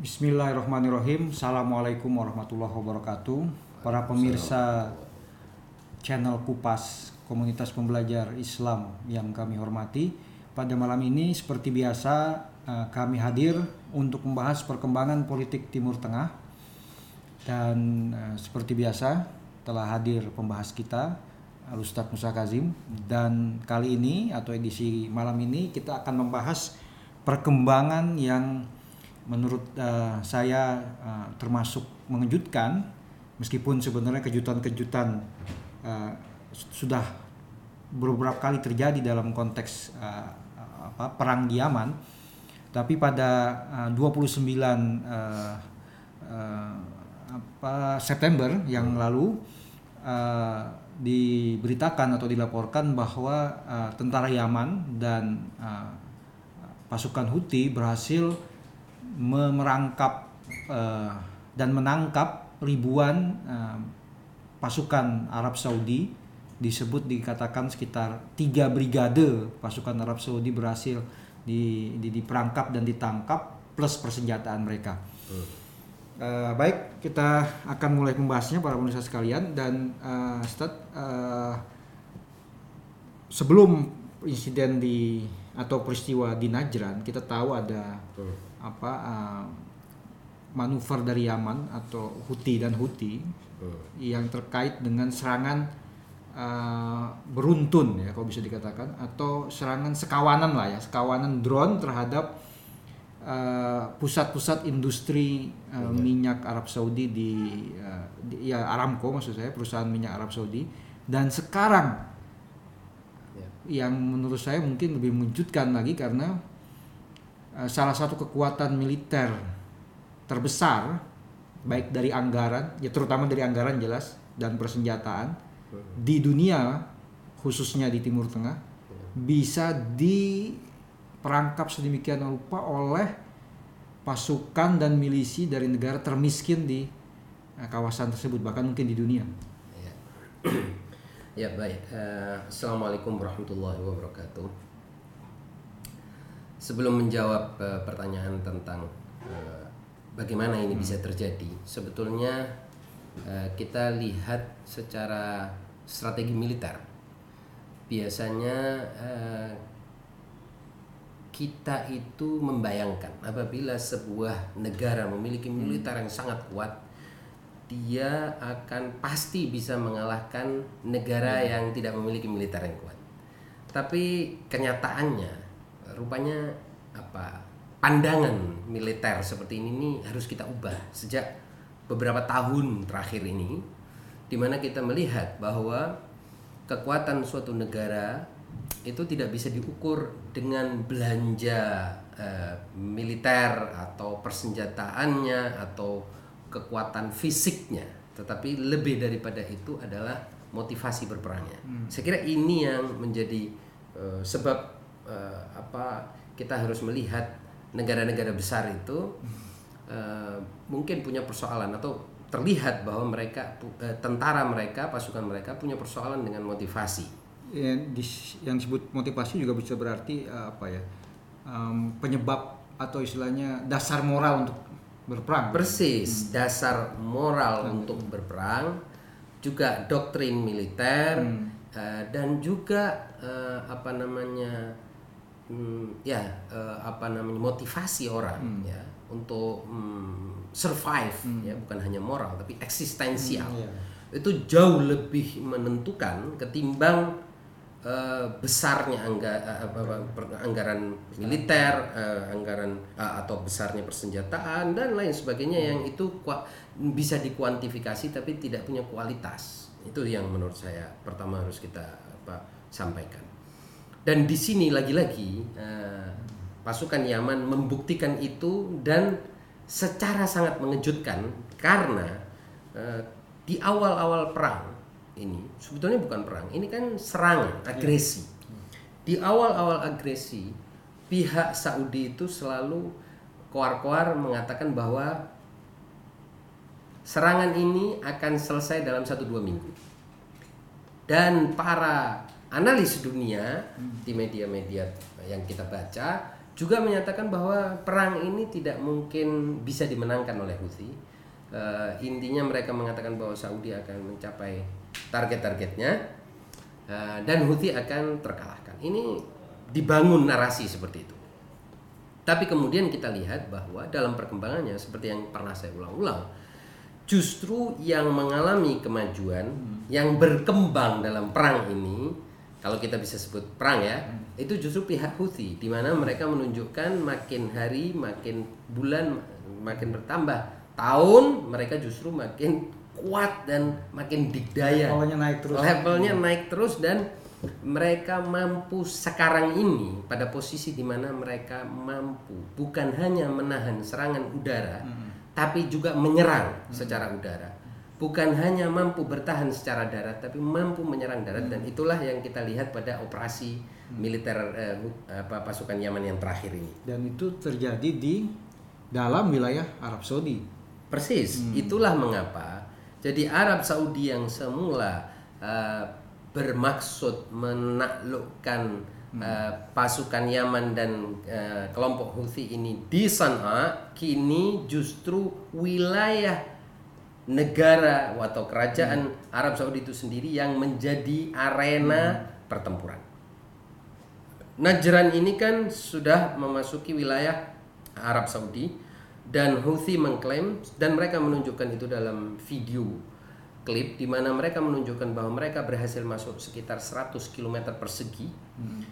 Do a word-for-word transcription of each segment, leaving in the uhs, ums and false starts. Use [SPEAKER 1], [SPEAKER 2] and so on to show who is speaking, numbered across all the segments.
[SPEAKER 1] Bismillahirrahmanirrahim. Assalamualaikum warahmatullahi wabarakatuh. Para pemirsa channel Kupas, komunitas pembelajar Islam yang kami hormati, pada malam ini seperti biasa kami hadir untuk membahas perkembangan politik Timur Tengah. Dan seperti biasa telah hadir pembahas kita, Al-Ustadz Musa Kazim. Dan kali ini atau edisi malam ini kita akan membahas perkembangan yang menurut uh, saya uh, termasuk mengejutkan, meskipun sebenarnya kejutan-kejutan uh, sudah beberapa kali terjadi dalam konteks uh, apa, perang di Yaman. Tapi pada uh, dua puluh sembilan uh, uh, apa, September yang lalu uh, diberitakan atau dilaporkan bahwa uh, tentara Yaman dan uh, pasukan Houthi berhasil memerangkap uh, dan menangkap ribuan uh, pasukan Arab Saudi. Disebut dikatakan sekitar tiga brigade pasukan Arab Saudi berhasil di, di, diperangkap dan ditangkap plus persenjataan mereka. Hmm. Uh, baik, kita akan mulai membahasnya para pemirsa sekalian. Dan uh, Ustaz, uh, sebelum insiden di atau peristiwa di Najran, kita tahu ada hmm. apa uh, manuver dari Yaman atau Houthi dan Houthi hmm. yang terkait dengan serangan uh, beruntun, ya kalau bisa dikatakan, atau serangan sekawanan lah ya, sekawanan drone terhadap uh, pusat-pusat industri uh, hmm. minyak Arab Saudi di, uh, di ya Aramco maksud saya, perusahaan minyak Arab Saudi. Dan sekarang yang menurut saya mungkin lebih mengejutkan lagi karena uh, salah satu kekuatan militer terbesar baik dari anggaran, ya terutama dari anggaran jelas, dan persenjataan di dunia khususnya di Timur Tengah bisa diperangkap sedemikian rupa oleh pasukan dan milisi dari negara termiskin di uh, kawasan tersebut, bahkan mungkin di dunia.
[SPEAKER 2] Ya baik, uh, Assalamualaikum warahmatullahi wabarakatuh. Sebelum menjawab uh, pertanyaan tentang uh, bagaimana ini bisa terjadi, sebetulnya uh, kita lihat secara strategi militer. Biasanya uh, kita itu membayangkan apabila sebuah negara memiliki militer yang sangat kuat, dia akan pasti bisa mengalahkan negara hmm. yang tidak memiliki militer yang kuat. Tapi kenyataannya rupanya apa? Pandangan militer seperti ini nih harus kita ubah sejak beberapa tahun terakhir ini, di mana kita melihat bahwa kekuatan suatu negara itu tidak bisa diukur dengan belanja uh, militer atau persenjataannya atau kekuatan fisiknya, tetapi lebih daripada itu adalah motivasi berperangnya. Hmm. Saya kira ini yang menjadi uh, sebab uh, apa kita harus melihat negara-negara besar itu uh, mungkin punya persoalan atau terlihat bahwa mereka uh, tentara mereka, pasukan mereka punya persoalan dengan motivasi.
[SPEAKER 1] Ya, yang disebut motivasi juga bisa berarti uh, apa ya um, penyebab atau istilahnya dasar moral untuk berperang.
[SPEAKER 2] Persis, hmm. dasar moral hmm. untuk berperang, juga doktrin militer, hmm. uh, dan juga uh, apa namanya, um, ya uh, apa namanya motivasi orang hmm. ya untuk um, survive, hmm. ya bukan hanya moral tapi eksistensial. Hmm, yeah. Itu jauh lebih menentukan ketimbang Uh, besarnya angga, uh, uh, anggaran militer, uh, anggaran uh, atau besarnya persenjataan dan lain sebagainya hmm. yang itu ku- bisa dikuantifikasi tapi tidak punya kualitas. Itu yang menurut saya pertama harus kita apa, sampaikan. Dan di sini lagi-lagi uh, pasukan Yaman membuktikan itu dan secara sangat mengejutkan karena uh, di awal-awal perang ini sebetulnya bukan perang, ini kan serangan, agresi. Di awal-awal agresi, pihak Saudi itu selalu koar-koar mengatakan bahwa serangan ini akan selesai dalam satu dua minggu. Dan para analis dunia di media-media yang kita baca juga menyatakan bahwa perang ini tidak mungkin bisa dimenangkan oleh Houthi. Uh, intinya mereka mengatakan bahwa Saudi akan mencapai target-targetnya uh, dan Houthi akan terkalahkan. Ini dibangun narasi seperti itu. Tapi kemudian kita lihat bahwa dalam perkembangannya seperti yang pernah saya ulang-ulang, justru yang mengalami kemajuan, hmm. yang berkembang dalam perang ini, kalau kita bisa sebut perang ya, hmm. itu justru pihak Houthi, di mana mereka menunjukkan makin hari, makin bulan, makin bertambah tahun, mereka justru makin kuat dan makin dikdaya.
[SPEAKER 1] Levelnya naik terus.
[SPEAKER 2] Levelnya hmm. naik terus dan mereka mampu sekarang ini pada posisi di mana mereka mampu bukan hanya menahan serangan udara, hmm. tapi juga menyerang hmm. secara udara. Bukan hanya mampu bertahan secara darat, tapi mampu menyerang darat, hmm. dan itulah yang kita lihat pada operasi hmm. militer eh, apa, pasukan Yaman yang terakhir ini.
[SPEAKER 1] Dan itu terjadi di dalam wilayah Arab Saudi.
[SPEAKER 2] Persis, hmm. itulah mengapa. Jadi Arab Saudi yang semula uh, bermaksud menaklukkan hmm. uh, pasukan Yaman dan uh, kelompok Houthi ini di San'a, kini justru wilayah negara atau kerajaan hmm. Arab Saudi itu sendiri yang menjadi arena hmm. pertempuran. Najran ini kan sudah memasuki wilayah Arab Saudi dan Houthi mengklaim, dan mereka menunjukkan itu dalam video klip di mana mereka menunjukkan bahwa mereka berhasil masuk sekitar seratus kilometer persegi. Hmm.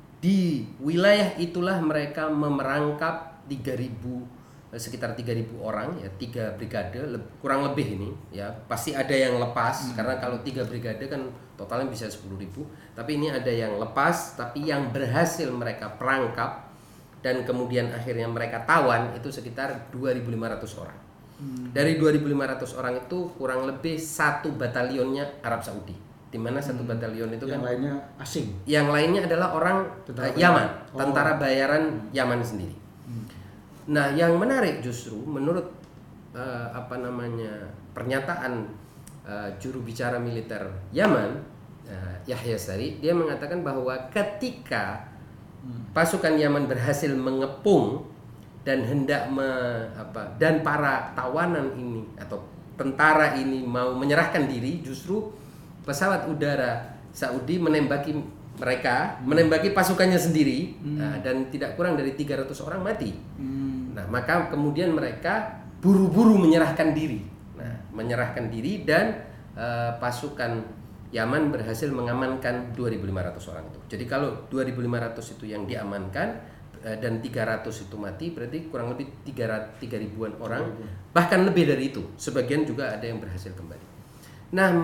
[SPEAKER 2] Di wilayah itulah mereka memerangkap tiga ribu, sekitar tiga ribu orang ya, tiga brigade kurang lebih ini ya. Pasti ada yang lepas hmm. karena kalau tiga brigade kan totalnya bisa sepuluh ribu, tapi ini ada yang lepas, tapi yang berhasil mereka perangkap dan kemudian akhirnya mereka tawan itu sekitar dua ribu lima ratus orang. Hmm. Dari dua ribu lima ratus orang itu kurang lebih satu batalionnya Arab Saudi, di mana satu hmm. batalion itu
[SPEAKER 1] yang
[SPEAKER 2] kan
[SPEAKER 1] lainnya asing.
[SPEAKER 2] Yang lainnya adalah orang uh, Yaman, oh. tentara bayaran hmm. Yaman sendiri. Hmm. Nah, yang menarik justru menurut uh, apa namanya pernyataan uh, juru bicara militer Yaman, uh, Yahya Sari, dia mengatakan bahwa ketika hmm. pasukan Yaman berhasil mengepung dan hendak me, apa dan para tawanan ini atau tentara ini mau menyerahkan diri, justru pesawat udara Saudi menembaki mereka, hmm. menembaki pasukannya sendiri, hmm. nah, dan tidak kurang dari tiga ratus orang mati. Hmm. Nah, maka kemudian mereka buru-buru menyerahkan diri. Nah, menyerahkan diri dan uh, pasukan Yaman berhasil mengamankan dua ribu lima ratus orang itu. Jadi kalau dua ribu lima ratus itu yang diamankan dan tiga ratus itu mati, berarti kurang lebih tiga ribuan orang, bahkan lebih dari itu. Sebagian juga ada yang berhasil kembali. Nah,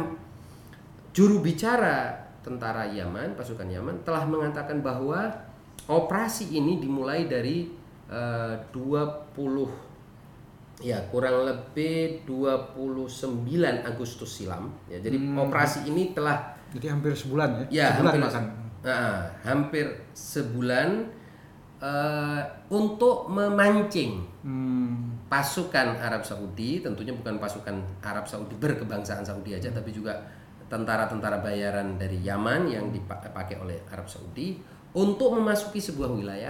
[SPEAKER 2] juru bicara tentara Yaman, pasukan Yaman telah mengatakan bahwa operasi ini dimulai dari uh, dua puluh ya kurang lebih dua puluh sembilan Agustus silam ya. Jadi hmm. operasi ini telah
[SPEAKER 1] jadi hampir sebulan ya.
[SPEAKER 2] Ya,
[SPEAKER 1] sebulan
[SPEAKER 2] hampir
[SPEAKER 1] makan.
[SPEAKER 2] Uh, hampir sebulan uh, untuk memancing hmm. pasukan Arab Saudi, tentunya bukan pasukan Arab Saudi berkebangsaan Saudi aja, hmm. tapi juga tentara-tentara bayaran dari Yaman yang dipakai oleh Arab Saudi untuk memasuki sebuah wilayah.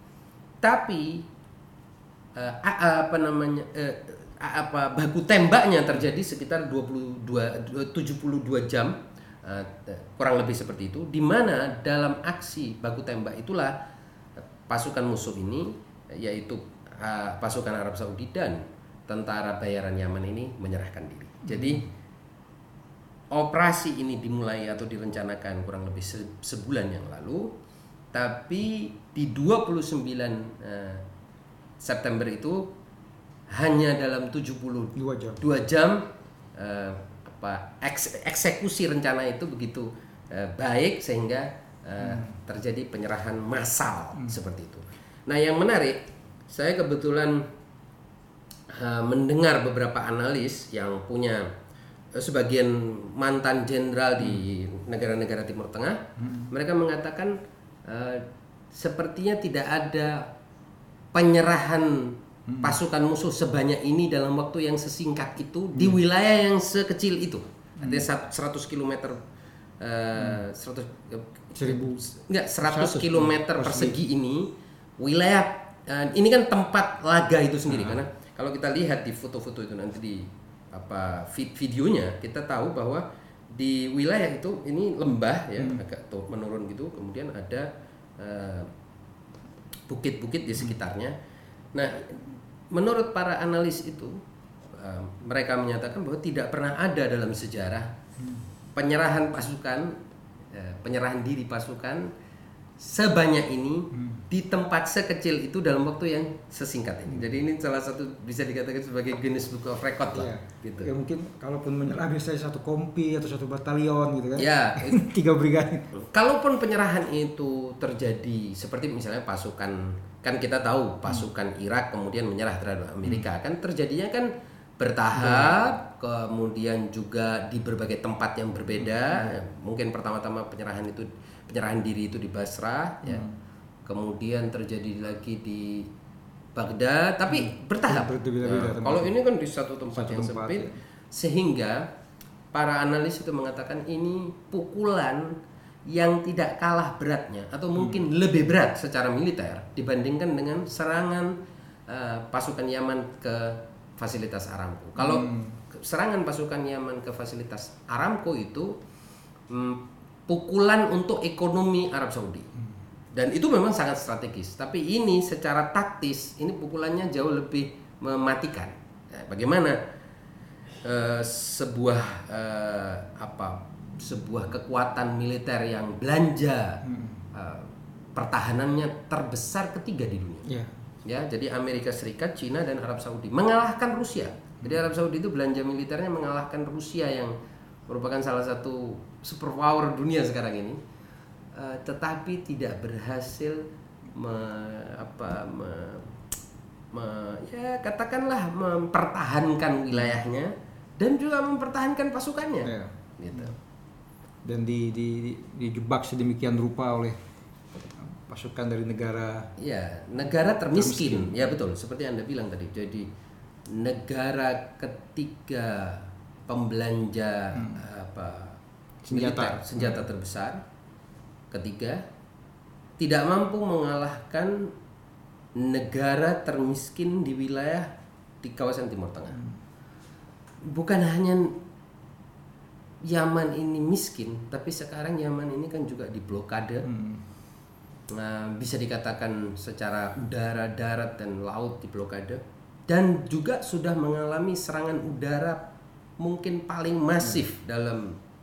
[SPEAKER 2] Tapi uh, apa namanya uh, apa baku tembaknya terjadi sekitar dua puluh dua, tujuh puluh dua jam, uh, kurang lebih seperti itu, di mana dalam aksi baku tembak itulah pasukan musuh ini, yaitu uh, pasukan Arab Saudi dan tentara bayaran Yaman ini menyerahkan diri. Jadi operasi ini dimulai atau direncanakan kurang lebih sebulan yang lalu, tapi di dua puluh sembilan uh, September itu hanya dalam tujuh puluh dua jam uh, apa eks, eksekusi rencana itu begitu uh, baik sehingga uh, hmm. terjadi penyerahan massal hmm. seperti itu. Nah, yang menarik, saya kebetulan uh, mendengar beberapa analis yang punya sebagian mantan jenderal di negara-negara Timur Tengah, hmm. mereka mengatakan uh, sepertinya tidak ada penyerahan hmm. pasukan musuh sebanyak ini dalam waktu yang sesingkat itu hmm. di wilayah yang sekecil itu. Hmm. Artinya seratus kilometer uh, seratus seribu enggak seratus kilometer persegi ini wilayah uh, ini kan tempat laga itu sendiri, hmm. karena kalau kita lihat di foto-foto itu nanti di apa videonya kita tahu bahwa di wilayah itu ini lembah ya, hmm. agak tuh menurun gitu, kemudian ada uh, bukit-bukit di sekitarnya. Nah, menurut para analis itu uh, mereka menyatakan bahwa tidak pernah ada dalam sejarah penyerahan pasukan, uh, penyerahan diri pasukan sebanyak ini hmm. di tempat sekecil itu dalam waktu yang sesingkat ini. Jadi ini salah satu bisa dikatakan sebagai Guinness Book of Record lah.
[SPEAKER 1] Ya,
[SPEAKER 2] gitu.
[SPEAKER 1] Ya mungkin kalaupun menyerah biasanya satu kompi atau satu batalion gitu kan.
[SPEAKER 2] Ya,
[SPEAKER 1] tiga brigade.
[SPEAKER 2] Kalaupun penyerahan itu terjadi seperti misalnya pasukan, kan kita tahu pasukan hmm. Irak kemudian menyerah terhadap Amerika, hmm. kan terjadinya kan bertahap, hmm. kemudian juga di berbagai tempat yang berbeda. Hmm. Mungkin pertama-tama penyerahan itu penyerahan diri itu di Basrah, hmm. ya. Kemudian terjadi lagi di Baghdad, tapi hmm. bertahap. Nah, kalau ini kan di satu tempat satu yang tempat, sempit, ya. Sehingga para analis itu mengatakan ini pukulan yang tidak kalah beratnya atau mungkin hmm. lebih berat secara militer dibandingkan dengan serangan uh, pasukan Yaman ke fasilitas Aramco. Kalau hmm. serangan pasukan Yaman ke fasilitas Aramco itu hmm, pukulan untuk ekonomi Arab Saudi, dan itu memang sangat strategis. Tapi ini secara taktis, ini pukulannya jauh lebih mematikan. Nah, bagaimana uh, sebuah uh, apa sebuah kekuatan militer yang belanja uh, pertahanannya terbesar ketiga di dunia, yeah. ya. Jadi Amerika Serikat, Cina, dan Arab Saudi mengalahkan Rusia. Jadi Arab Saudi itu belanja militernya mengalahkan Rusia yang merupakan salah satu superpower dunia sekarang ini, uh, tetapi tidak berhasil me, apa, me, me, ya katakanlah mempertahankan wilayahnya dan juga mempertahankan pasukannya, yeah. gitu.
[SPEAKER 1] Dan di, di, di, dijebak sedemikian rupa oleh pasukan dari negara,
[SPEAKER 2] ya negara termiskin, termiskin. Ya betul, seperti Anda bilang tadi. Jadi negara ketiga pembelanja hmm. apa
[SPEAKER 1] senjata
[SPEAKER 2] militer, senjata terbesar, ketiga tidak mampu mengalahkan negara termiskin di wilayah di kawasan Timur Tengah. Bukan hanya Yaman ini miskin, tapi sekarang Yaman ini kan juga diblokade. Hmm. Nah, bisa dikatakan secara udara, darat, dan laut diblokade, dan juga sudah mengalami serangan udara mungkin paling masif hmm. dalam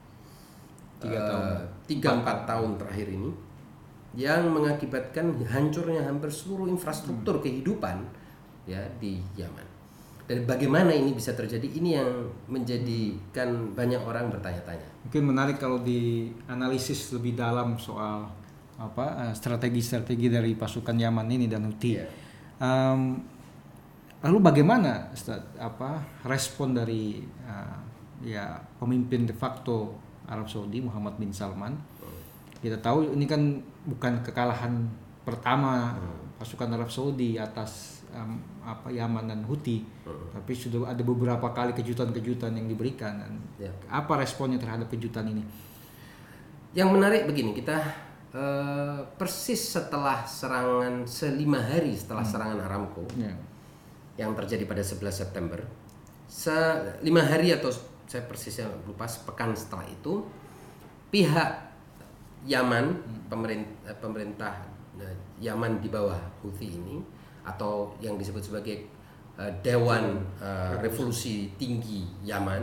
[SPEAKER 2] tiga empat tahun terakhir ini, yang mengakibatkan hancurnya hampir seluruh infrastruktur hmm. kehidupan ya di Yaman. Dan bagaimana ini bisa terjadi, ini yang menjadikan banyak orang bertanya-tanya.
[SPEAKER 1] Mungkin menarik kalau dianalisis lebih dalam soal apa strategi-strategi dari pasukan Yaman ini dan Houthi. Yeah. Um, lalu bagaimana apa respon dari uh, ya pemimpin de facto Arab Saudi, Muhammad bin Salman? Hmm. Kita tahu ini kan bukan kekalahan pertama hmm. pasukan Arab Saudi atas Um, apa Yaman dan Houthi, hmm. tapi sudah ada beberapa kali kejutan-kejutan yang diberikan. Dan ya. Apa responnya terhadap kejutan ini?
[SPEAKER 2] Yang menarik begini, kita uh, persis setelah serangan selima hari setelah hmm. serangan Aramco ya. yang terjadi pada sebelas September, se- lima hari atau saya persisnya lupa, sepekan setelah itu, pihak Yaman, hmm. pemerintah, pemerintah uh, Yaman di bawah Houthi ini, atau yang disebut sebagai uh, Dewan uh, Revolusi Tinggi Yaman,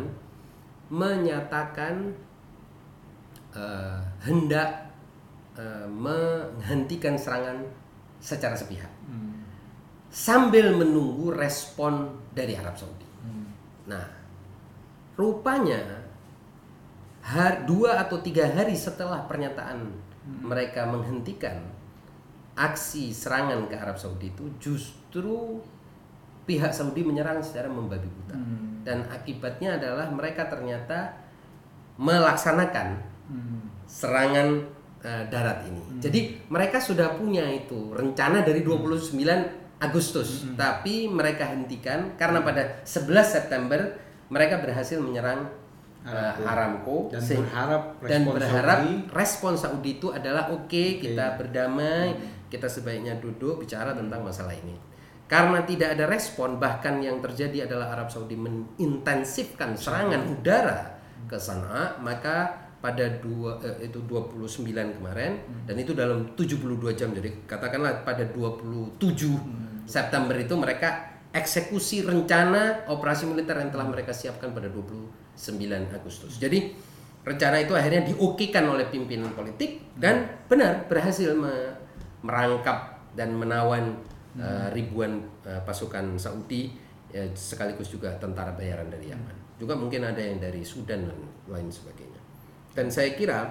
[SPEAKER 2] menyatakan uh, hendak uh, menghentikan serangan secara sepihak hmm. sambil menunggu respon dari Arab Saudi. Hmm. Nah, rupanya har, dua atau tiga hari setelah pernyataan hmm. mereka menghentikan aksi serangan ke Arab Saudi itu, justru pihak Saudi menyerang secara membabi buta. Hmm. Dan akibatnya adalah mereka ternyata melaksanakan hmm. serangan uh, darat ini. Hmm. Jadi mereka sudah punya itu rencana dari dua puluh sembilan Agustus, hmm. tapi mereka hentikan karena pada sebelas September mereka berhasil menyerang Uh, Aramco
[SPEAKER 1] dan berharap
[SPEAKER 2] dan berharap Saudi. respon Saudi itu adalah oke okay, okay. kita berdamai, hmm. kita sebaiknya duduk bicara tentang masalah ini. Karena tidak ada respon, bahkan yang terjadi adalah Arab Saudi mengintensifkan serangan udara ke Sanaa, maka pada dua, eh, itu dua puluh sembilan kemarin, dan itu dalam tujuh puluh dua jam, jadi katakanlah pada dua puluh tujuh September itu mereka eksekusi rencana operasi militer yang telah mereka siapkan pada dua puluh sembilan Agustus. Jadi rencana itu akhirnya diokekan oleh pimpinan politik dan benar berhasil me- merangkap dan menawan uh, ribuan uh, pasukan Saudi, ya, sekaligus juga tentara bayaran dari Yaman. Juga mungkin ada yang dari Sudan dan lain sebagainya. Dan saya kira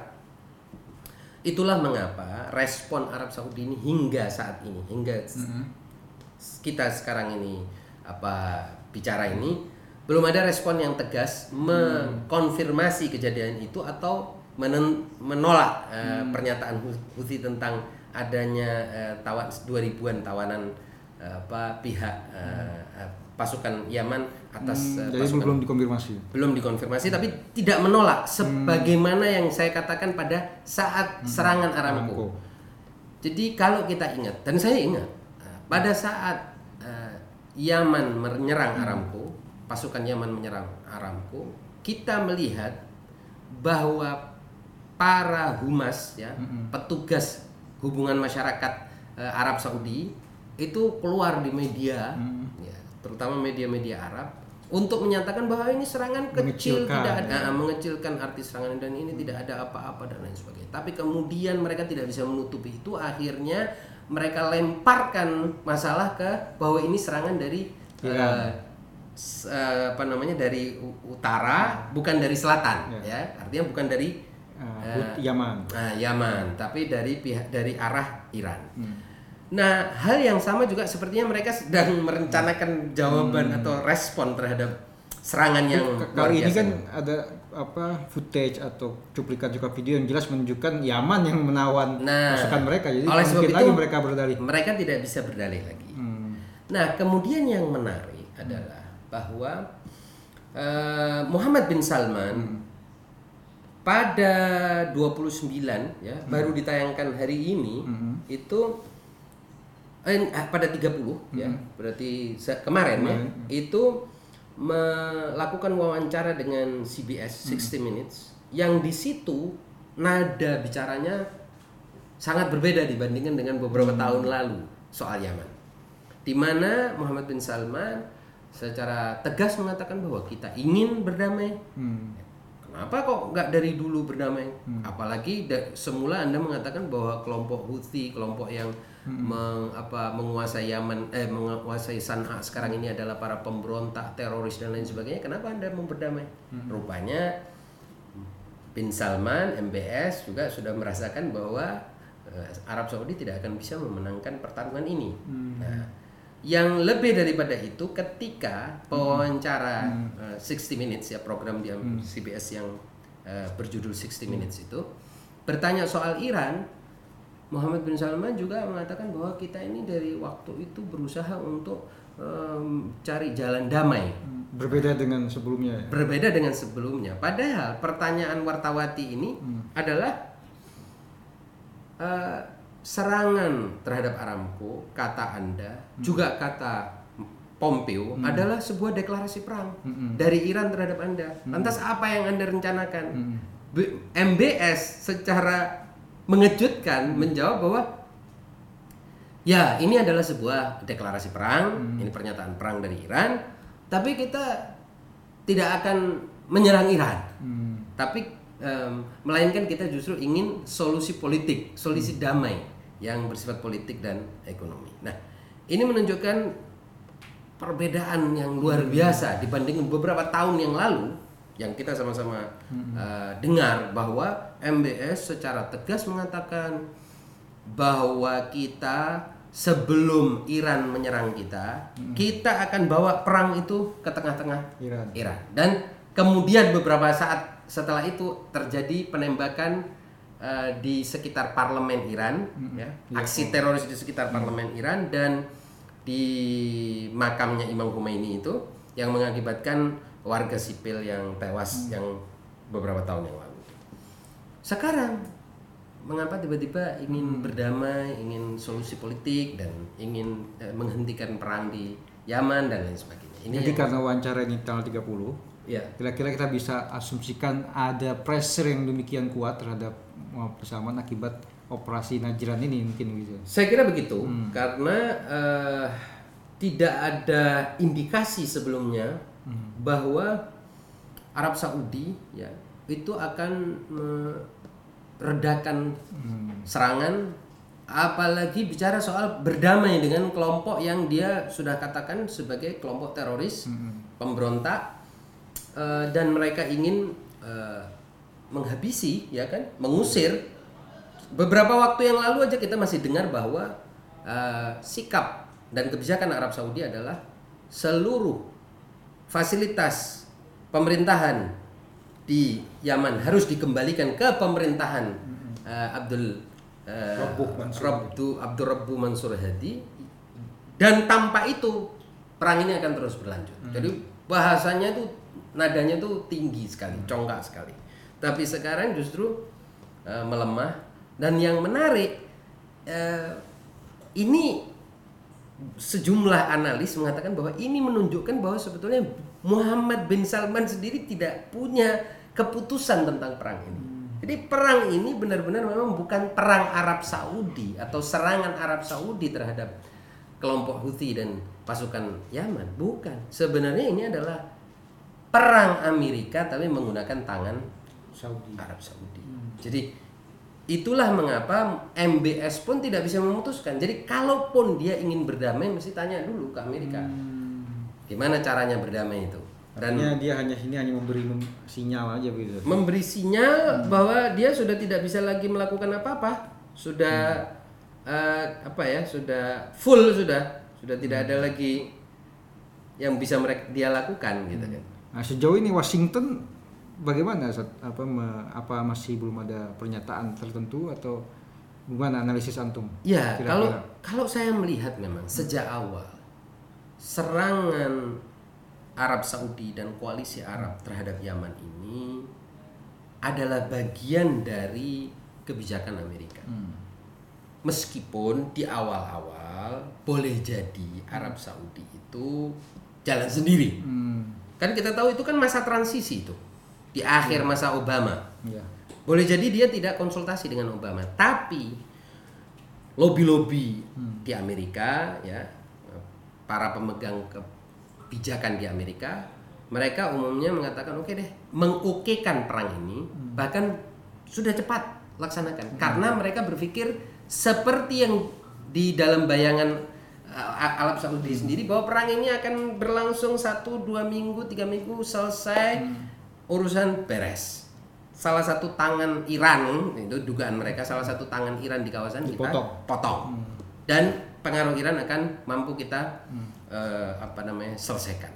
[SPEAKER 2] itulah mengapa respon Arab Saudi ini hingga saat ini, hingga mm-hmm. kita sekarang ini apa bicara ini, belum ada respon yang tegas mengkonfirmasi kejadian itu atau menen- menolak uh, hmm. pernyataan Houthi tentang adanya uh, tawan dua ribuan tawanan uh, apa pihak uh, uh, pasukan Yaman atas uh,
[SPEAKER 1] hmm, jadi
[SPEAKER 2] pasukan,
[SPEAKER 1] belum dikonfirmasi.
[SPEAKER 2] Belum dikonfirmasi, tapi tidak menolak sebagaimana hmm. yang saya katakan pada saat hmm. serangan Aramco. Aramco. Jadi kalau kita ingat, dan saya ingat uh, pada saat uh, Yaman menyerang Aramco, pasukan Yaman menyerang Aramco, kita melihat bahwa para humas, ya, mm-hmm. petugas hubungan masyarakat uh, Arab Saudi itu keluar di media, mm-hmm. ya, terutama media-media Arab, untuk menyatakan bahwa ini serangan kecil, tidak ada, ya. uh, mengecilkan arti serangan dan ini tidak ada apa-apa dan lain sebagainya. Tapi kemudian mereka tidak bisa menutupi itu, akhirnya mereka lemparkan masalah ke bahwa ini serangan dari uh, uh, apa namanya dari utara, bukan dari selatan, ya, ya. Artinya bukan dari
[SPEAKER 1] uh, Yaman,
[SPEAKER 2] uh, Yaman, tapi dari pihak dari arah Iran. Hmm. Nah, hal yang sama juga sepertinya mereka sedang merencanakan jawaban hmm. atau respon terhadap serangan yang
[SPEAKER 1] kali ini kan ada apa footage atau cuplikan juga video yang jelas menunjukkan Yaman yang menawan
[SPEAKER 2] nah,
[SPEAKER 1] pasukan mereka, jadi
[SPEAKER 2] oleh
[SPEAKER 1] mungkin
[SPEAKER 2] itu,
[SPEAKER 1] lagi mereka berdalih.
[SPEAKER 2] Mereka tidak bisa berdalih lagi.
[SPEAKER 1] Hmm.
[SPEAKER 2] Nah, kemudian yang menarik hmm. adalah bahwa uh, Muhammad bin Salman hmm. pada dua puluh sembilan ya hmm. baru ditayangkan hari ini hmm. itu eh, pada tiga puluh hmm. ya berarti kemarin hmm. ya itu melakukan wawancara dengan C B S sixty hmm. Minutes yang di situ nada bicaranya sangat berbeda dibandingkan dengan beberapa hmm. tahun lalu soal Yaman, di mana Muhammad bin Salman secara tegas mengatakan bahwa kita ingin berdamai. Hmm. Kenapa kok nggak dari dulu berdamai? Hmm. Apalagi da- semula Anda mengatakan bahwa kelompok Houthi, kelompok yang hmm. meng, apa, menguasai Yaman, eh menguasai Sanaa sekarang ini adalah para pemberontak, teroris dan lain sebagainya. Kenapa Anda mau berdamai? Hmm. Rupanya bin Salman, M B S juga sudah merasakan bahwa eh, Arab Saudi tidak akan bisa memenangkan pertarungan ini. Hmm. Nah, yang lebih daripada itu, ketika pewawancara hmm. uh, sixty Minutes ya, program di hmm. C B S yang uh, berjudul sixty Minutes itu bertanya soal Iran, Muhammad bin Salman juga mengatakan bahwa kita ini dari waktu itu berusaha untuk um, cari jalan damai.
[SPEAKER 1] Berbeda dengan sebelumnya.
[SPEAKER 2] Berbeda dengan sebelumnya. Padahal pertanyaan wartawati ini hmm. adalah uh, serangan terhadap Aramco, kata Anda, hmm. juga kata Pompeo, hmm. adalah sebuah deklarasi perang hmm. dari Iran terhadap Anda. Hmm. Lantas apa yang Anda rencanakan? Hmm. M B S secara mengejutkan hmm. menjawab bahwa ya ini adalah sebuah deklarasi perang, hmm. ini pernyataan perang dari Iran, tapi kita tidak akan menyerang Iran. Hmm. Tapi um, melainkan kita justru ingin solusi politik, solusi hmm. damai yang bersifat politik dan ekonomi. Nah, ini menunjukkan perbedaan yang luar biasa dibanding beberapa tahun yang lalu yang kita sama-sama hmm. uh, dengar bahwa M B S secara tegas mengatakan bahwa kita sebelum Iran menyerang kita, hmm. kita akan bawa perang itu ke tengah-tengah Iran. Iran. Dan kemudian beberapa saat setelah itu terjadi penembakan Uh, di sekitar parlemen Iran, mm-hmm. ya, aksi teroris di sekitar mm-hmm. parlemen Iran dan di makamnya Imam Khomeini itu yang mengakibatkan warga sipil yang tewas mm-hmm. yang beberapa tahun yang lalu. Sekarang mengapa tiba-tiba ingin berdamai, ingin solusi politik dan ingin eh, menghentikan perang di Yaman dan lain sebagainya. Ini
[SPEAKER 1] Jadi
[SPEAKER 2] yang,
[SPEAKER 1] karena wawancara ini tanggal tiga puluh,
[SPEAKER 2] ya,
[SPEAKER 1] kira-kira kita bisa asumsikan ada pressure yang demikian kuat terhadap uh, persamaan akibat operasi Najran ini mungkin gitu.
[SPEAKER 2] saya kira begitu karena eh, tidak ada indikasi sebelumnya bahwa Arab Saudi ya itu akan meredakan serangan, apalagi bicara soal berdamai dengan kelompok yang dia sudah katakan sebagai kelompok teroris, pemberontak, eh, dan mereka ingin eh, menghabisi, ya kan, mengusir. Beberapa waktu yang lalu aja kita masih dengar bahwa eh, sikap dan kebijakan Arab Saudi adalah seluruh fasilitas pemerintahan di Yaman harus dikembalikan ke pemerintahan uh, Abdul uh,
[SPEAKER 1] Rabbuh Mansur.
[SPEAKER 2] Rabdu, Abdul Rabbu Mansur Hadi, dan tanpa itu perang ini akan terus berlanjut. Hmm. Jadi bahasanya tuh nadanya tuh tinggi sekali, congkak sekali. Tapi sekarang justru uh, melemah, dan yang menarik uh, ini sejumlah analis mengatakan bahwa ini menunjukkan bahwa sebetulnya Muhammad bin Salman sendiri tidak punya keputusan tentang perang ini. Jadi perang ini benar-benar memang bukan perang Arab Saudi atau serangan Arab Saudi terhadap kelompok Houthi dan pasukan Yaman. Bukan. Sebenarnya ini adalah perang Amerika tapi menggunakan tangan
[SPEAKER 1] Saudi.
[SPEAKER 2] Arab Saudi. Jadi itulah mengapa M B S pun tidak bisa memutuskan. Jadi kalaupun dia ingin berdamai mesti tanya dulu ke Amerika. Hmm. Gimana caranya berdamai itu? Dan
[SPEAKER 1] artinya dia hanya sini hanya memberi mem- sinyal aja begitu.
[SPEAKER 2] Memberi sinyal hmm. bahwa dia sudah tidak bisa lagi melakukan apa-apa. Sudah hmm. uh, apa ya? Sudah full sudah. Sudah tidak ada lagi yang bisa mereka dia lakukan gitu kan.
[SPEAKER 1] Nah, sejauh ini Washington bagaimana, apa apa masih belum ada pernyataan tertentu atau gimana analisis antum?
[SPEAKER 2] Ya, kira-kira? kalau kalau saya melihat memang sejak awal serangan Arab Saudi dan koalisi Arab terhadap Yaman ini adalah bagian dari kebijakan Amerika. Hmm. Meskipun di awal-awal boleh jadi Arab Saudi itu jalan sendiri. Hmm. Kan kita tahu itu kan masa transisi itu. Di akhir masa Obama, ya. Boleh jadi dia tidak konsultasi dengan Obama, tapi lobby-lobby hmm. di Amerika, ya, para pemegang kebijakan di Amerika, mereka umumnya mengatakan oke okay deh, mengokekan perang ini, hmm. bahkan sudah cepat laksanakan, hmm. karena mereka berpikir seperti yang di dalam bayangan uh, Arab Saudi hmm. sendiri bahwa perang ini akan berlangsung satu, dua minggu, tiga minggu selesai. Hmm. Urusan beres. Salah satu tangan Iran, itu dugaan mereka, salah satu tangan Iran di kawasan
[SPEAKER 1] dipotong.
[SPEAKER 2] kita potong. Hmm. Dan pengaruh Iran akan mampu kita hmm. uh, apa namanya selesaikan.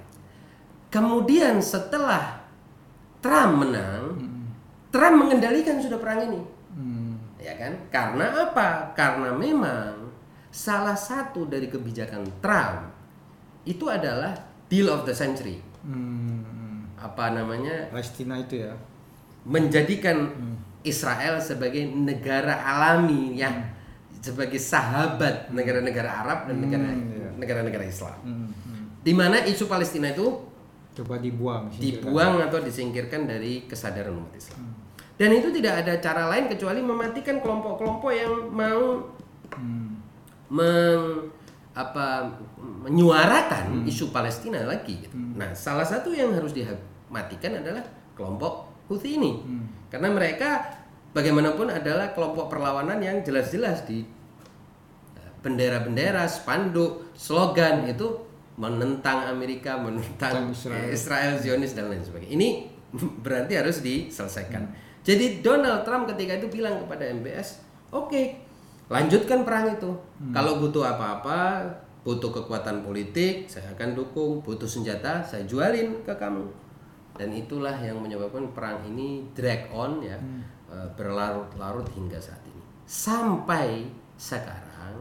[SPEAKER 2] Kemudian setelah Trump menang, hmm. Trump mengendalikan sudah perang ini. Hmm. Ya kan? Karena apa? Karena memang salah satu dari kebijakan Trump itu adalah deal of the century. Hmm. Apa namanya,
[SPEAKER 1] Palestina itu ya,
[SPEAKER 2] menjadikan hmm. Israel sebagai negara alami ya, hmm. sebagai sahabat negara-negara Arab dan negara hmm, iya. negara-negara Islam. Hmm, hmm. Di mana isu Palestina itu
[SPEAKER 1] coba dibuang,
[SPEAKER 2] dibuang atau disingkirkan dari kesadaran umat Islam. Hmm. Dan itu tidak ada cara lain kecuali mematikan kelompok-kelompok yang mau hmm. meng apa menyuarakan hmm. isu Palestina lagi gitu. Hmm. Nah, salah satu yang harus dimatikan adalah kelompok Houthi ini. Hmm. Karena mereka bagaimanapun adalah kelompok perlawanan yang jelas-jelas di bendera-bendera, spanduk, slogan itu menentang Amerika, menentang Israel, Israel Zionis dan lain sebagainya. Ini berarti harus diselesaikan. Hmm. Jadi Donald Trump ketika itu bilang kepada M B S, "Oke, okay, lanjutkan perang itu. Hmm. Kalau butuh apa-apa, butuh kekuatan politik, saya akan dukung. Butuh senjata, saya jualin ke kamu." Dan itulah yang menyebabkan perang ini drag on ya, hmm. berlarut-larut hingga saat ini. Sampai sekarang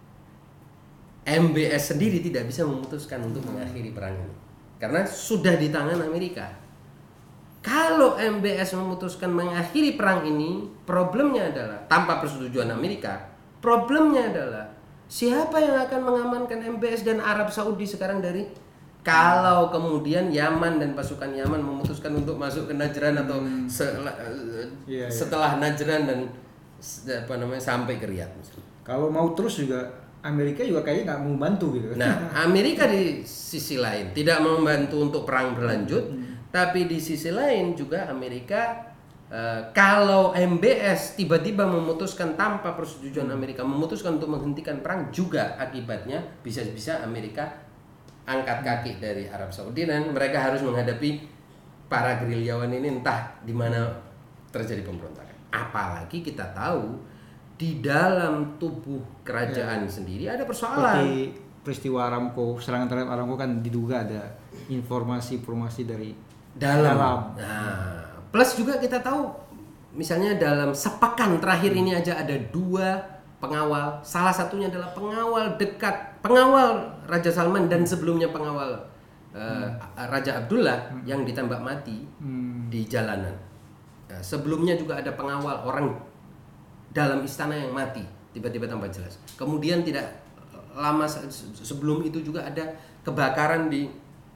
[SPEAKER 2] M B S sendiri tidak bisa memutuskan untuk mengakhiri perang ini. Karena sudah di tangan Amerika. Kalau M B S memutuskan mengakhiri perang ini, problemnya adalah tanpa persetujuan Amerika. Problemnya adalah siapa yang akan mengamankan M B S dan Arab Saudi sekarang dari kalau kemudian Yaman dan pasukan Yaman memutuskan untuk masuk ke Najran atau
[SPEAKER 1] Hmm.
[SPEAKER 2] se-
[SPEAKER 1] Iya, iya.
[SPEAKER 2] setelah Najran dan apa namanya sampai ke Riyadh.
[SPEAKER 1] Kalau mau terus juga Amerika juga kayaknya nggak mau bantu gitu.
[SPEAKER 2] Nah, Amerika di sisi lain tidak mau membantu untuk perang berlanjut, hmm. tapi di sisi lain juga Amerika uh, kalau M B S tiba-tiba memutuskan tanpa persetujuan Amerika memutuskan untuk menghentikan perang, juga akibatnya bisa-bisa Amerika angkat kaki dari Arab Saudi dan mereka harus menghadapi para gerilyawan ini entah di mana terjadi pemberontakan. Apalagi kita tahu di dalam tubuh kerajaan ya. sendiri ada persoalan.
[SPEAKER 1] Seperti peristiwa Aramco, serangan terhadap Aramco kan diduga ada informasi-informasi dari
[SPEAKER 2] dalam.
[SPEAKER 1] dalam.
[SPEAKER 2] Nah, plus juga kita tahu misalnya dalam sepekan terakhir ini aja ada dua pengawal, salah satunya adalah pengawal dekat, pengawal Raja Salman dan sebelumnya pengawal uh, hmm. Raja Abdullah hmm. yang ditembak mati hmm. di jalanan. Nah, sebelumnya juga ada pengawal orang dalam istana yang mati tiba-tiba tanpa jelas. Kemudian tidak lama sebelum itu juga ada kebakaran di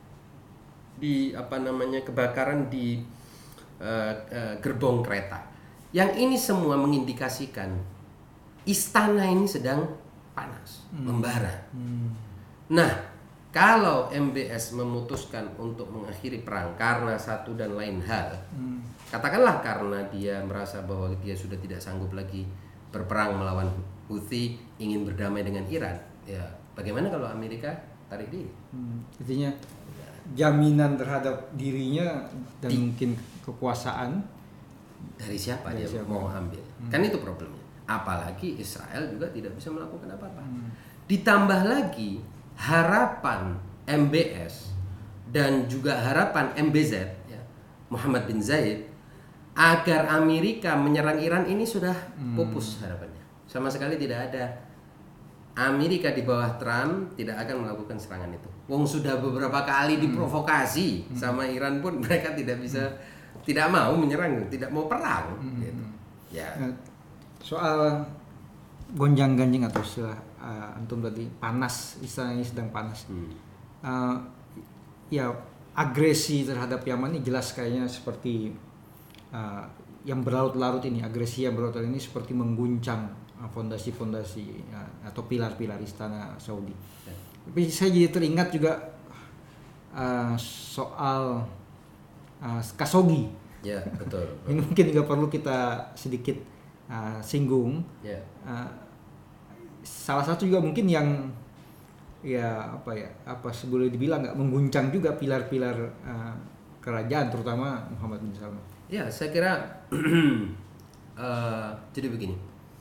[SPEAKER 2] di apa namanya kebakaran di uh, uh, gerbong kereta. Yang ini semua mengindikasikan istana ini sedang panas, hmm. membara. Hmm. Nah, kalau M B S memutuskan untuk mengakhiri perang karena satu dan lain hal, hmm. katakanlah karena dia merasa bahwa dia sudah tidak sanggup lagi berperang melawan Houthi, ingin berdamai dengan Iran, ya bagaimana kalau Amerika tarik diri?
[SPEAKER 1] Hmm. Intinya jaminan terhadap dirinya dan Di, mungkin kekuasaan
[SPEAKER 2] dari siapa dari dia siapa? mau ambil? Hmm. Kan itu problemnya. Apalagi Israel juga tidak bisa melakukan apa-apa. Hmm. Ditambah lagi harapan M B S dan juga harapan M B Z ya, Muhammad bin Zayed agar Amerika menyerang Iran ini sudah pupus hmm. harapannya. Sama sekali tidak ada. Amerika di bawah Trump tidak akan melakukan serangan itu. Wong sudah beberapa kali diprovokasi hmm. sama Iran pun mereka tidak bisa hmm. tidak mau menyerang, tidak mau perang hmm. gitu. Ya.
[SPEAKER 1] Soal gonjang-ganjing atau istilah uh, antum tadi panas, istilahnya sedang panas. Hmm. Uh, ya agresi terhadap Yaman ini jelas kayaknya seperti uh, yang berlarut-larut ini, agresi yang berlarut-larut ini seperti mengguncang uh, fondasi-fondasi uh, atau pilar-pilar istana Saudi. Ya. Tapi saya jadi teringat juga uh, soal uh, Khashoggi.
[SPEAKER 2] Ya, betul. betul.
[SPEAKER 1] Ini mungkin juga perlu kita sedikit Uh, singgung. Yeah. Uh, salah satu juga mungkin yang ya apa ya apa boleh dibilang nggak mengguncang juga pilar-pilar uh, kerajaan terutama Muhammad bin Salman.
[SPEAKER 2] Ya, saya kira uh, jadi begini,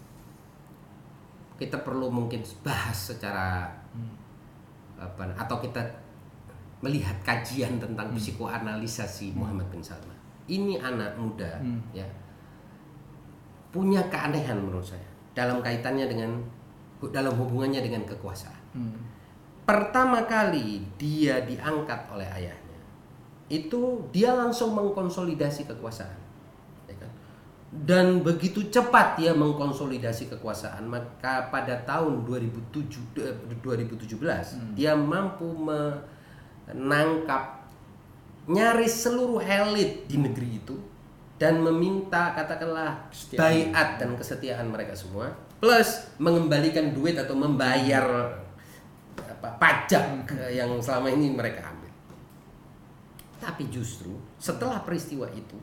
[SPEAKER 2] kita perlu mungkin bahas secara hmm. apa atau kita melihat kajian tentang hmm. psikoanalisasi hmm. Muhammad bin Salman. Ini anak muda hmm. ya. punya keanehan menurut saya dalam kaitannya dengan dalam hubungannya dengan kekuasaan. Hmm. Pertama kali dia diangkat oleh ayahnya, itu dia langsung mengkonsolidasi kekuasaan, ya kan? Dan begitu cepat dia mengkonsolidasi kekuasaan, maka pada tahun dua ribu tujuh belas hmm. dia mampu menangkap nyaris seluruh elit di negeri itu. Dan meminta katakanlah baiat dan kesetiaan mereka semua, plus mengembalikan duit atau membayar apa, pajak yang selama ini mereka ambil. Tapi justru setelah peristiwa itu,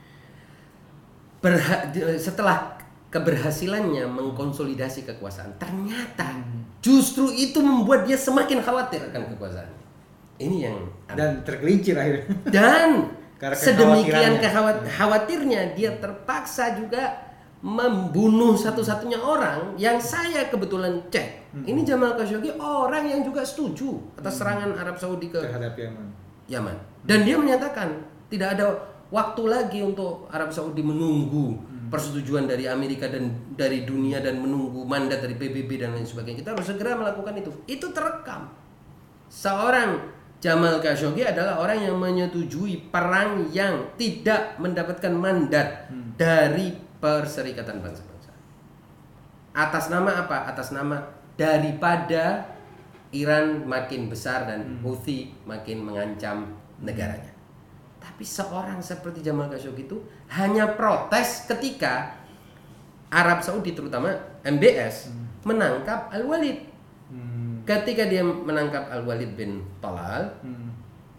[SPEAKER 2] berha- setelah keberhasilannya mengkonsolidasi kekuasaan, ternyata justru itu membuat dia semakin khawatir akan kekuasaan. Ini yang aneh.
[SPEAKER 1] Dan tergelincir akhirnya.
[SPEAKER 2] Dan sedemikian khawatirnya dia terpaksa juga membunuh satu-satunya orang yang saya kebetulan cek. Hmm. Ini Jamal Khashoggi orang yang juga setuju atas serangan Arab Saudi ke
[SPEAKER 1] terhadap Yaman.
[SPEAKER 2] Yaman. Dan dia menyatakan tidak ada waktu lagi untuk Arab Saudi menunggu hmm. persetujuan dari Amerika dan dari dunia dan menunggu mandat dari P B B dan lain sebagainya. Kita harus segera melakukan itu. Itu terekam. Seorang Jamal Khashoggi adalah orang yang menyetujui perang yang tidak mendapatkan mandat hmm. dari Perserikatan Bangsa-Bangsa. Atas nama apa? Atas nama daripada Iran makin besar dan Houthi makin mengancam negaranya. Tapi seorang seperti Jamal Khashoggi itu hanya protes ketika Arab Saudi terutama M B S hmm. menangkap Al-Walid. Hmm. Ketika dia menangkap Al-Walid bin Talal, hmm.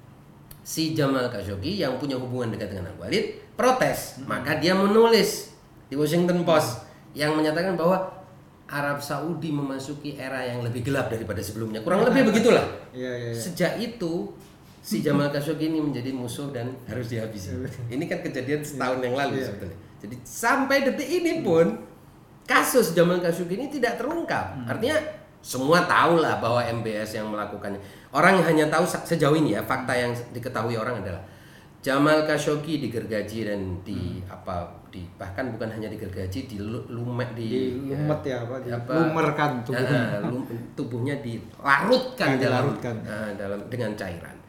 [SPEAKER 2] si Jamal Khashoggi yang punya hubungan dekat dengan Al-Walid protes. Hmm. Maka dia menulis di Washington Post hmm. yang menyatakan bahwa Arab Saudi memasuki era yang lebih gelap daripada sebelumnya. Kurang lebih begitulah. Ya, ya, ya. Sejak itu si Jamal Khashoggi ini menjadi musuh dan harus dihabisi. Ini kan kejadian setahun yang lalu ya. Sebetulnya. Jadi sampai detik ini pun kasus Jamal Khashoggi ini tidak terungkap. Hmm. Artinya semua tahu lah bahwa M B S yang melakukannya. Orang hanya tahu sejauh ini ya, fakta yang diketahui orang adalah Jamal Khashoggi digergaji dan di hmm. apa di bahkan bukan hanya digergaji, di lumet di,
[SPEAKER 1] di lumet ya, apa, di apa lumerkan tubuhnya.
[SPEAKER 2] Uh, lum, tubuhnya dilarutkan dalam uh, dalam dengan cairan.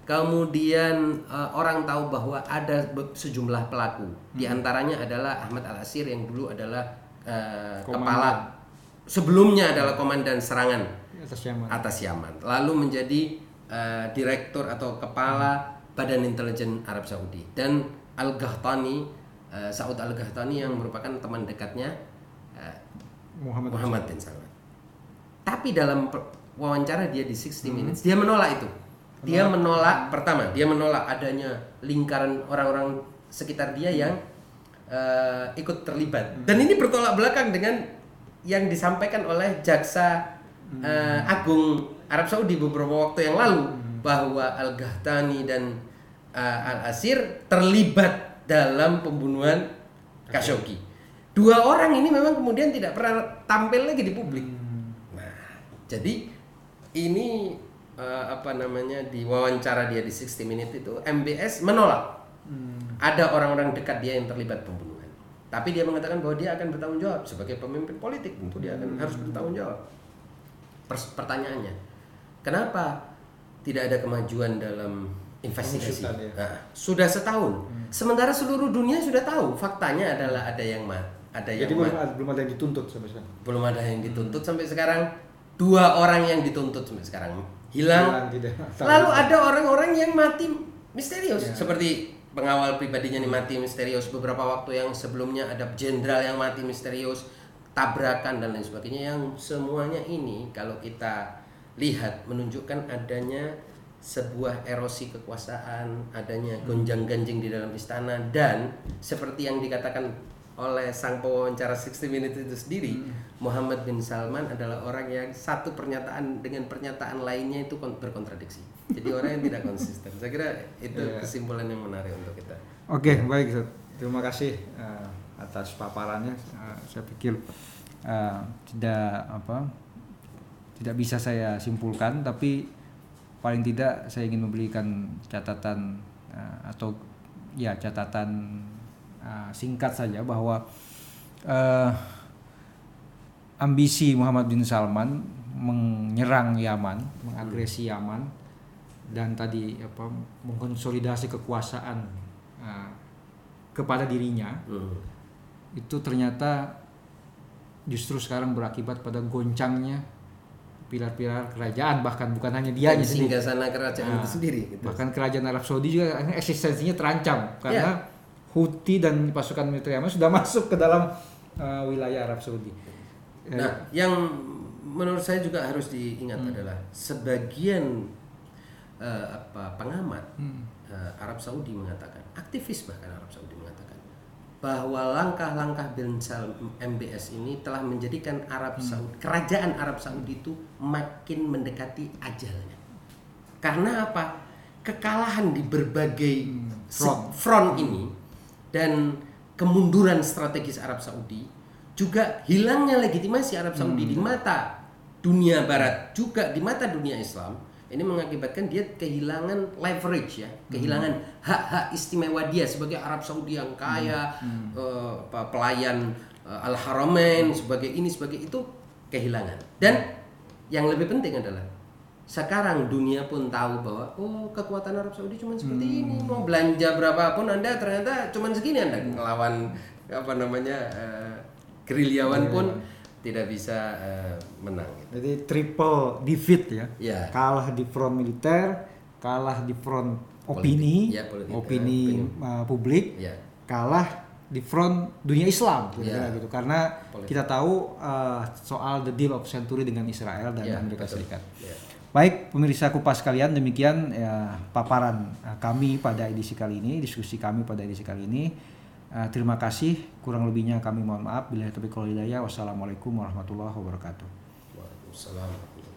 [SPEAKER 2] Kemudian uh, orang tahu bahwa ada sejumlah pelaku. Hmm. Di antaranya adalah Ahmad Al-Asir yang dulu adalah uh, kepala sebelumnya adalah komandan serangan atas Yaman. Atas Yaman. Lalu menjadi uh, direktur atau kepala hmm. Badan Intelijen Arab Saudi. Dan Al-Ghahtani, uh, Saud Al-Ghahtani yang merupakan teman dekatnya uh, Muhammad, Muhammad bin Salman. Tapi dalam wawancara dia di sixty minutes hmm. dia menolak itu. Dia menolak, pertama, dia menolak adanya lingkaran orang-orang sekitar dia yang uh, ikut terlibat. Dan ini bertolak belakang dengan yang disampaikan oleh Jaksa uh, Agung Arab Saudi beberapa waktu yang lalu, bahwa Al-Ghahtani dan uh, Al-Asir terlibat dalam pembunuhan Khashoggi. Dua orang ini memang kemudian tidak pernah tampil lagi di publik. Nah, jadi ini Uh, apa namanya di wawancara dia di sixty minutes itu M B S menolak hmm. ada orang-orang dekat dia yang terlibat pembunuhan, tapi dia mengatakan bahwa dia akan bertanggung jawab sebagai pemimpin politik, tentu dia akan hmm. harus bertanggung jawab. Pers- pertanyaannya, kenapa tidak ada kemajuan dalam investigasi? Ya. Nah, sudah setahun, hmm. sementara seluruh dunia sudah tahu faktanya adalah ada yang mat, ada
[SPEAKER 1] yang
[SPEAKER 2] jadi
[SPEAKER 1] belum ada, belum ada yang dituntut sampai sekarang.
[SPEAKER 2] Belum ada yang dituntut hmm. sampai sekarang. Dua orang yang dituntut sampai sekarang hilang. Hilang Lalu ada orang-orang yang mati misterius, ya. Seperti pengawal pribadinya nih mati misterius. Beberapa waktu yang sebelumnya ada jenderal yang mati misterius, tabrakan dan lain sebagainya. Yang semuanya ini kalau kita lihat menunjukkan adanya sebuah erosi kekuasaan, adanya gonjang-ganjing di dalam istana, dan seperti yang dikatakan oleh sang pewawancara sixty minutes itu sendiri, hmm. Muhammad bin Salman adalah orang yang satu pernyataan dengan pernyataan lainnya itu berkontradiksi. Jadi orang yang tidak konsisten. Saya kira itu yeah. kesimpulan yang menarik untuk kita.
[SPEAKER 1] Oke, okay, baik. Terima kasih uh, atas paparannya. Uh, saya pikir uh, tidak apa tidak bisa saya simpulkan, tapi paling tidak saya ingin memberikan catatan uh, atau ya catatan uh, singkat saja bahwa uh, ambisi Muhammad bin Salman menyerang Yaman, mengagresi Yaman, dan tadi apa mengkonsolidasi kekuasaan uh, kepada dirinya, hmm. itu ternyata justru sekarang berakibat pada goncangnya pilar-pilar kerajaan, bahkan bukan hanya dia
[SPEAKER 2] sehingga sana kerajaan nah, itu sendiri gitu.
[SPEAKER 1] Bahkan kerajaan Arab Saudi juga eksistensinya terancam karena yeah. Houthi dan pasukan militer Yaman sudah masuk ke dalam uh, wilayah Arab Saudi.
[SPEAKER 2] Nah, eh, yang menurut saya juga harus diingat hmm. adalah sebagian uh, apa pengamat hmm. uh, Arab Saudi mengatakan, aktivis bahkan Arab Saudi mengatakan bahwa langkah-langkah bin Salman M B S ini telah menjadikan Arab hmm. Saudi, kerajaan Arab Saudi itu makin mendekati ajalnya. Karena apa? Kekalahan di berbagai hmm. front. front ini dan kemunduran strategis Arab Saudi, juga hilangnya legitimasi Arab Saudi hmm. di mata dunia Barat, juga di mata dunia Islam. Ini mengakibatkan dia kehilangan leverage ya, kehilangan hmm. hak-hak istimewa dia sebagai Arab Saudi yang kaya, hmm. uh, pelayan uh, Al-Haramain, sebagai ini sebagai itu kehilangan. Dan yang lebih penting adalah sekarang dunia pun tahu bahwa oh kekuatan Arab Saudi cuma seperti hmm. ini, mau belanja berapapun Anda ternyata cuma segini, Anda ngelawan apa namanya uh, gerilyawan pun tidak bisa uh, menang.
[SPEAKER 1] Jadi triple defeat ya.
[SPEAKER 2] ya.
[SPEAKER 1] Kalah di front militer, kalah di front opini,
[SPEAKER 2] politik. Ya, politik.
[SPEAKER 1] opini uh, uh, publik,
[SPEAKER 2] ya.
[SPEAKER 1] kalah di front dunia Islam,
[SPEAKER 2] ya.
[SPEAKER 1] gitu. Karena
[SPEAKER 2] politik.
[SPEAKER 1] kita tahu uh, soal the deal of century dengan Israel dan
[SPEAKER 2] ya,
[SPEAKER 1] Amerika
[SPEAKER 2] betul.
[SPEAKER 1] Serikat.
[SPEAKER 2] Ya.
[SPEAKER 1] Baik pemirsa Kupas sekalian, demikian ya, paparan uh, kami pada edisi kali ini, diskusi kami pada edisi kali ini. Uh, terima kasih, kurang lebihnya kami mohon maaf. Billahi taufiq wal hidayah. Wassalamualaikum warahmatullahi wabarakatuh.
[SPEAKER 2] Waalaikumsalam.